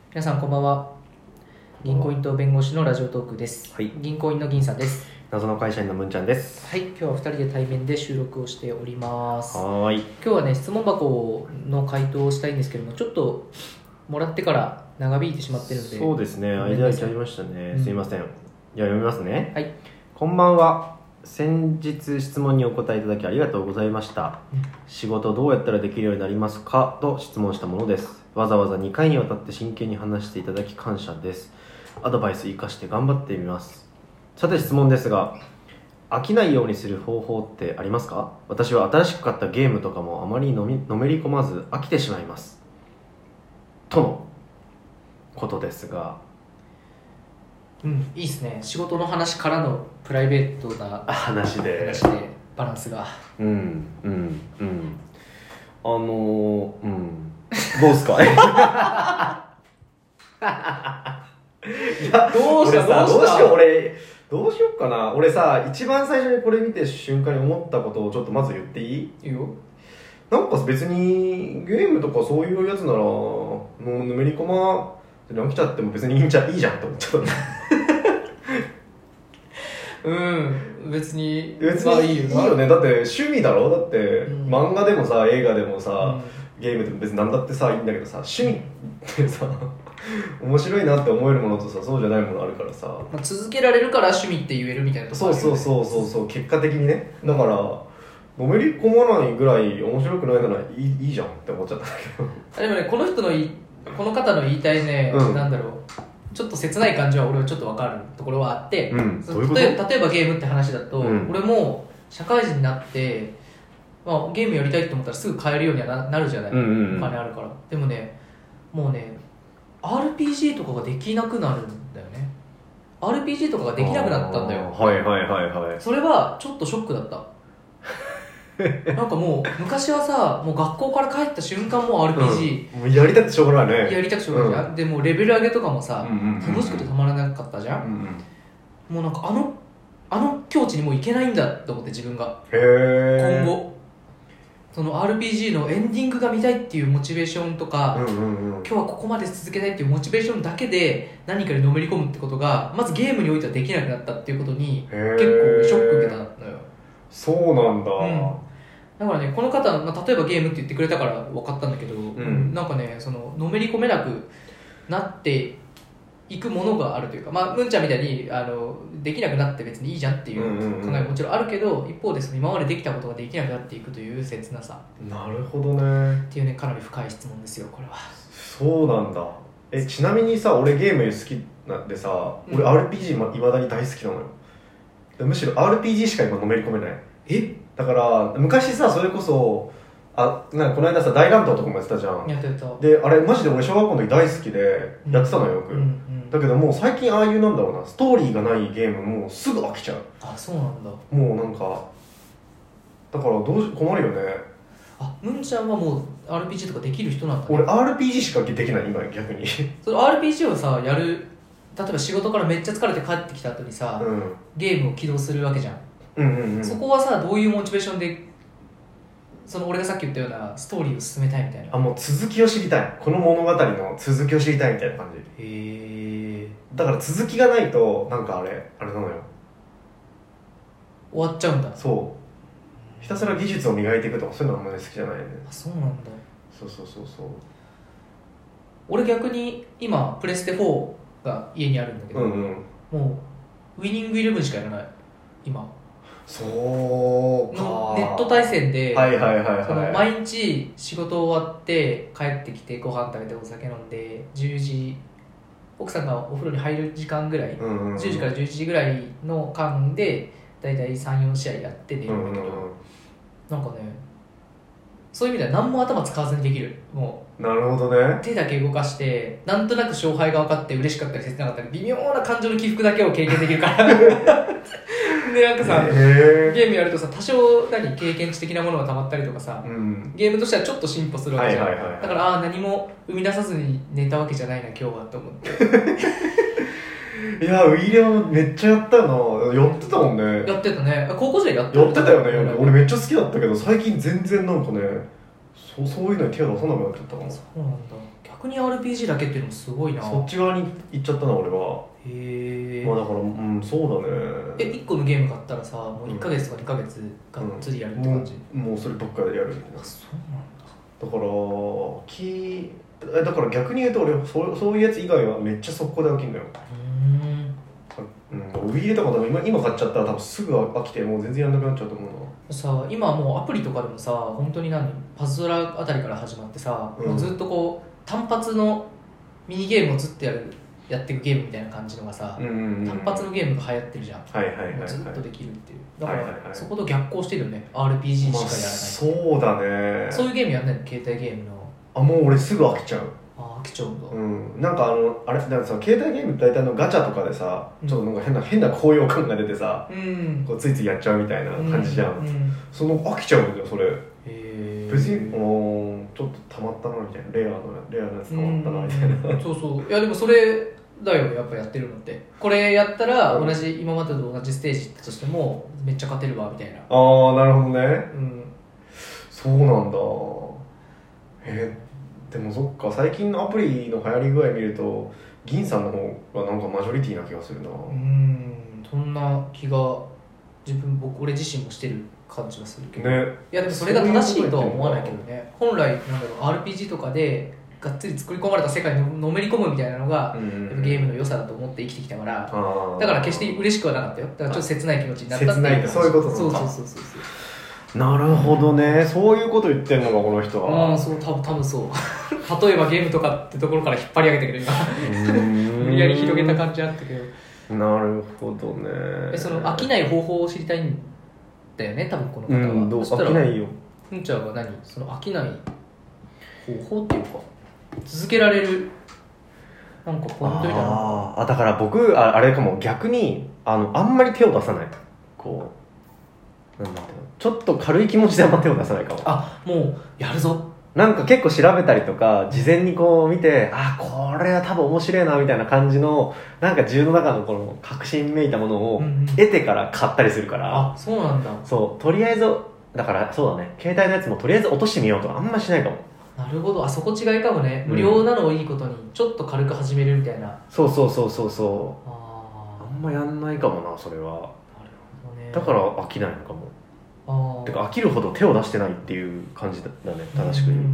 皆さんこんばんは。銀行員と弁護士のラジオトークです、 はい、 銀行員の銀さんです。 謎の会社員のむんちゃんです。 はい、今日は2人で対面で収録をしております。 はい。 今日はね、質問箱の回答をしたいんですけども、ちょっともらってから長引いてしまってるので。 そうですね、間空いちゃいましたね、すいません。じゃあ読みますね。 はい。 こんばんは。先日質問にお答えいただきありがとうございました。仕事どうやったらできるようになりますかと質問したものです。わざわざ2回にわたって真剣に話していただき感謝です。アドバイス生かして頑張ってみます。さて質問ですが、飽きないようにする方法ってありますか？私は新しく買ったゲームとかもあまりのめり込まず飽きてしまいます。とのことですが、 いいですね。仕事の話からのプライベートな話でバランスが。 どうすか？いやどうしたどうしようかな。俺さ、一番最初にこれ見て瞬間に思ったことをちょっとまず言っていい？ いいよ。 なんか別にゲームとかそういうやつならもうのめり込ま飽きちゃっても別にいいじゃんって思っちゃった別にまあいいよね。だって趣味だろ。だって、漫画でもさ映画でもさ、ゲームでも別に何だってさいいんだけどさ、趣味ってさ面白いなって思えるものとさ、そうじゃないものあるからさ、 続けられるから趣味って言えるみたいなところあるよね。 そう結果的にね。だからのめり込まないぐらい面白くないならいいじゃんって思っちゃったんだけどでもね、この方の言いたいね、なんだろう、ちょっと切ない感じは俺はちょっと分かるところはあって、 どういうこと？ 例えばゲームって話だと、俺も社会人になって、ゲームやりたいと思ったらすぐ買えるようには なるじゃない、お金あるから。でもね、もうね RPG とかができなくなるんだよね。 RPG とかができなくなったんだよ。それはちょっとショックだったなんかもう昔はさ、もう学校から帰った瞬間もう RPG、 もうやりたくてしょうがないね。 やりたくてしょうがないじゃん、でもうレベル上げとかもさ、楽しくてたまらなかったじゃん、もうなんかあの境地にもういけないんだと思って、自分が今後その RPG のエンディングが見たいっていうモチベーションとか、今日はここまで続けたいっていうモチベーションだけで何かにのめり込むってことがまずゲームにおいてはできなくなったっていうことに結構ショック受けたのよ。 そうなんだ、 だからね、この方、例えばゲームって言ってくれたから分かったんだけど、なんかね、そののめり込めなくなっていくものがあるというか、むんちゃんみたいにできなくなって別にいいじゃんっていう考えももちろんあるけど、一方でその今までできたことができなくなっていくという切なさ。 なるほどね。 っていうね、かなり深い質問ですよ、これは。 そうなんだ。ちなみにさ、俺ゲーム好きなんでさ、俺 RPG いまだに大好きなのよ。むしろ RPG しか今のめり込めない。だから昔さ、それこそなんかこの間さ大乱闘とかもやってたじゃん。 やってた。 であれマジで俺小学校の時大好きでやってたのよよく、だけどもう最近ああいうなんだろうな、ストーリーがないゲームもうすぐ飽きちゃう。 そうなんだ。 もうなんかだから困るよね。 むんちゃんはもう RPG とかできる人なんだね。 俺 RPG しかできない今逆にその RPG をさやる、例えば仕事からめっちゃ疲れて帰ってきた後にさ、ゲームを起動するわけじゃん。そこはさ、どういうモチベーションでその俺がさっき言ったようなストーリーを進めたいみたいな。 もう続きを知りたい、この物語の続きを知りたいみたいな感じ。だから続きがないとなんかあれなのよ、 終わっちゃうんだ。 ひたすら技術を磨いていくとかそういうのはあんまり好きじゃないね。 そうなんだ。 そう俺逆に今プレステ4が家にあるんだけど、もうウィニングイレブンしかやらない今。 そうか。 ネット対戦で、 その毎日仕事終わって帰ってきてご飯食べてお酒飲んで10時、奥さんがお風呂に入る時間ぐらい、10時から11時ぐらいの間でだいたい 3,4 試合やって寝るんだけど、なんかね、そういう意味では何も頭使わずにできる。もうなるほどね。 手だけ動かしてなんとなく勝敗が分かって嬉しかったり切なかったり微妙な感情の起伏だけを経験できるからでなんかさ、ゲームやるとさ、多少経験値的なものがたまったりとかさ、ゲームとしてはちょっと進歩するわけじゃん。だから何も生み出さずに寝たわけじゃないな今日はと思っていやウィリアムめっちゃやったよな。やってたもんね。 やってたね。高校生やってたよね。俺めっちゃ好きだったけど最近全然なんかねそういうのに手を出さなくなっちゃったかも。 そうなんだ。逆に RPG だけっていうのもすごいな。 そっち側に行っちゃったな俺は。 へえ。 まあだからそうだね。 1個のゲーム買ったらさ、もう1ヶ月とか2ヶ月がっつりやるって感じ、 もうそればっかりやるみたいな。 あ、そうなんだからだから逆に言うと俺そういうやつ以外はめっちゃ速攻で飽きるんだよ。ウィーレとか多分今買っちゃったら多分すぐ飽きてもう全然やんなくなっちゃうと思うな。 さ、今もうアプリとかでもさ、本当にパズドラあたりから始まってさ、もうずっとこう単発のミニゲームをずっとやっていくゲームみたいな感じのがさ、単発のゲームが流行ってるじゃん。ずっとできるっていう。だから、そこと逆行してるよね。 RPG しかやらない、 そうだね。 そういうゲームやんないの？携帯ゲームの。 もう俺すぐ飽きちゃう。 飽きちゃうんだ。 なんかあれだからさ、携帯ゲームって大体ガチャとかでさ、ちょっとなんか変な高揚感が出てさ、こうついついやっちゃうみたいな感じじゃん。その飽きちゃうんだよそれ。別にちょっとたまったなみたいな、レアなやつたまったなみたいな。 そういやでもそれだよ、やっぱやってるのって。これやったら今までと同じステージとしてもめっちゃ勝てるわみたいな。 なるほどね。そうなんだ。でもそっか、最近のアプリの流行り具合見ると銀さんの方がなんかマジョリティな気がするな。 そんな気が俺自身もしてる感じがするけど、 ね、 いやでもそれが正しいとは思わないけどね。本来RPG とかでがっつり作り込まれた世界にのめり込むみたいなのが、ゲームの良さだと思って生きてきたから、だから決して嬉しくはなかったよ。だからちょっと切ない気持ちになったっていう。 切ないってそういうこと。 そうなるほどね。そういうこと言ってんのかこの人は。 そう、多分そう例えばゲームとかってところから引っ張り上げたけど今無理やり広げた感じあったけど。 なるほどね。 その飽きない方法を知りたいんだよね、多分この方は。 飽きないよ。 ふんちゃんはその飽きない方法っていうか、続けられるなんかポイントみたいな。 だから僕あれかも、逆にあんまり手を出さない。こうなんだろう、ちょっと軽い気持ちであんま手を出さないかも。 もうやるぞ。 なんか結構調べたりとか事前にこう見て、これは多分面白いなみたいな感じのなんか自分の中のこの確信めいたものを得てから買ったりするから。 そうなんだ。 そうとりあえずだからそうだね、携帯のやつもとりあえず落としてみようとかあんましないかも。 なるほど。そこ違いかもね。無料なのをいいことにちょっと軽く始めるみたいな。 そうあんまやんないかもなそれは。なるほどね。だから飽きないのかも。てか飽きるほど手を出してないっていう感じだね、正しく言う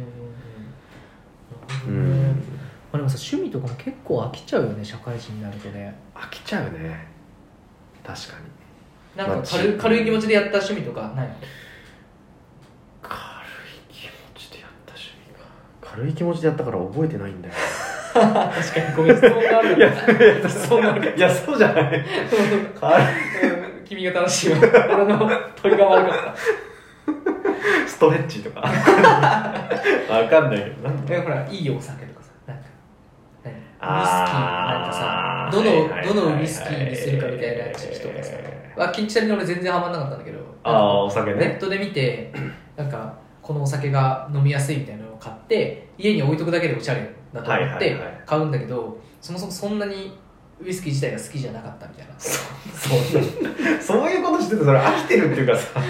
と。 でもさ、趣味とかも結構飽きちゃうよね、社会人になるとね。 飽きちゃうね、確かに。 なんか軽い気持ちでやった趣味とかないの？ 軽い気持ちでやった趣味か。軽い気持ちでやったから覚えてないんだよ。 確かに、ごめん、質問がある。 いやそうじゃない君が楽しいわ。俺の鳥が悪かった。 ストレッチとかわかんないけど、なんほら、いいお酒とかさ、なんかウイスキーなんかさ、どのウイスキーにするかみたいな時期とかさ、ちなみに俺全然ハマんなかったんだけど、 お酒ね、 ネットで見てなんかこのお酒が飲みやすいみたいなのを買って家に置いとくだけでおしゃれだと思って買うんだけど、そもそもそんなにウイスキー自体が好きじゃなかったみたいな。 そういうことしててそれ飽きてるっていうかさ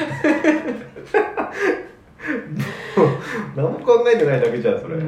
何も考えてないだけじゃんそれ。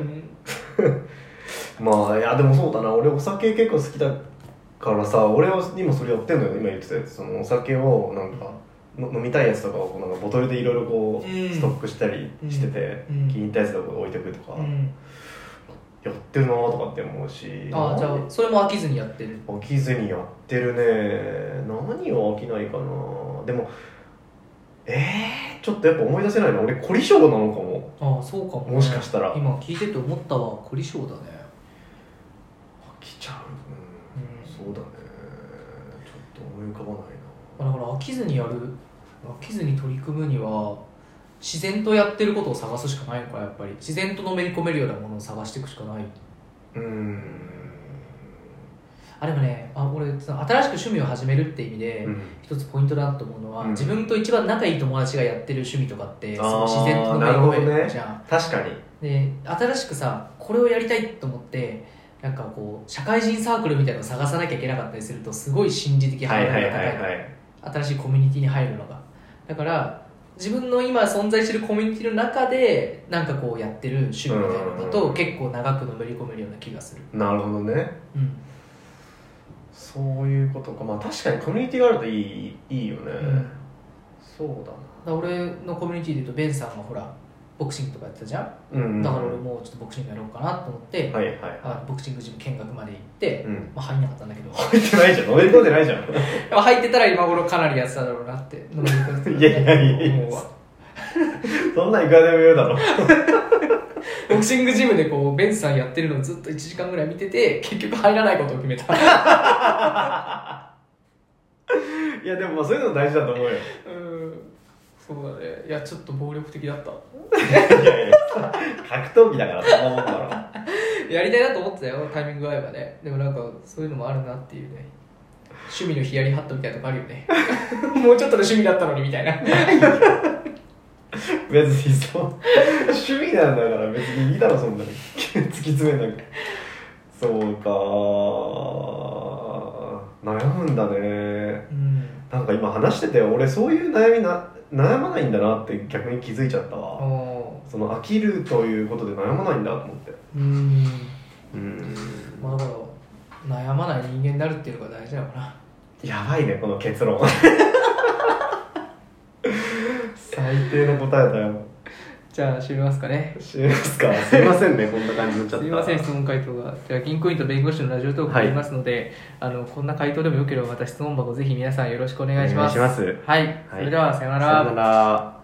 まあいやでもそうだな、俺お酒結構好きだからさ、俺は今それやってんのよ、今言ってたやつ。そのお酒をなんか飲みたいやつとかをなんかボトルでいろいろこうストックしたりしてて、気に入ったやつとか置いておくとか、やってるなとかって思うし。 じゃあそれも飽きずにやってる？ 飽きずにやってるね。何を飽きないかな。でもちょっとやっぱ思い出せないな。俺凝り性なのかも。 そうかも、ね、 もしかしたら今聞いてて思ったわ、凝り性だね。 飽きちゃう。そうだね。ちょっと思い浮かばないな。だから飽きずに取り組むには自然とやってることを探すしかないのか。やっぱり自然とのめり込めるようなものを探していくしかない。でもね、俺新しく趣味を始めるって意味で、一つポイントだと思うのは、自分と一番仲いい友達がやってる趣味とかって自然とのめり込めるじゃん。 確かに。 で新しくさ、これをやりたいと思ってなんかこう社会人サークルみたいなのを探さなきゃいけなかったりすると、すごい心理的ハードルが高い、新しいコミュニティに入るのが。だから自分の今存在してるコミュニティの中でなんかこうやってる趣味みたいなのだと結構長くのめり込めるような気がする。 なるほどね、そういうことか。まあ確かにコミュニティがあるといいよね、そうだな。 俺のコミュニティでいうとベンさんがほらボクシングとかやってたじゃん、だから俺もちょっとボクシングやろうかなと思って、ボクシングジム見学まで行って、入んなかったんだけど。 入ってないじゃん、乗り込んでないじゃん。 入ってたら今頃かなりやってただろうなっていやそんなんいくらでも言うだろ。 ボクシングジムでこうベンさんやってるのをずっと1時間ぐらい見てて結局入らないことを決めた。 いやでもそういうの大事だと思うよ。 そうだね。いやちょっと暴力的だった。 いや格闘技だからそんなもんだろ。 やりたいなと思ってたよ、タイミング合えばね。でもなんかそういうのもあるなっていうね。趣味のヒヤリハットみたいなとこあるよね。もうちょっとの趣味だったのにみたいな。 別にそう趣味なんだから別にいいだろそんなに突き詰めなくて。そうか、悩むんだね、なんか今話してて俺そういう悩まないんだなって逆に気づいちゃったわ。その飽きるということで悩まないんだと思って。 まあだから悩まない人間になるっていうのが大事だよな。 やばいねこの結論。最低の答えだよ。 じゃあ締めますかね。 締めますか。すいませんねこんな感じになっちゃった。 すいません質問回答が。じゃあ銀行員と弁護士のラジオトークがありますので、こんな回答でもよければまた質問箱ぜひ皆さんよろしくお願いします。 お願いします。 はい、それではさよなら。 さよなら。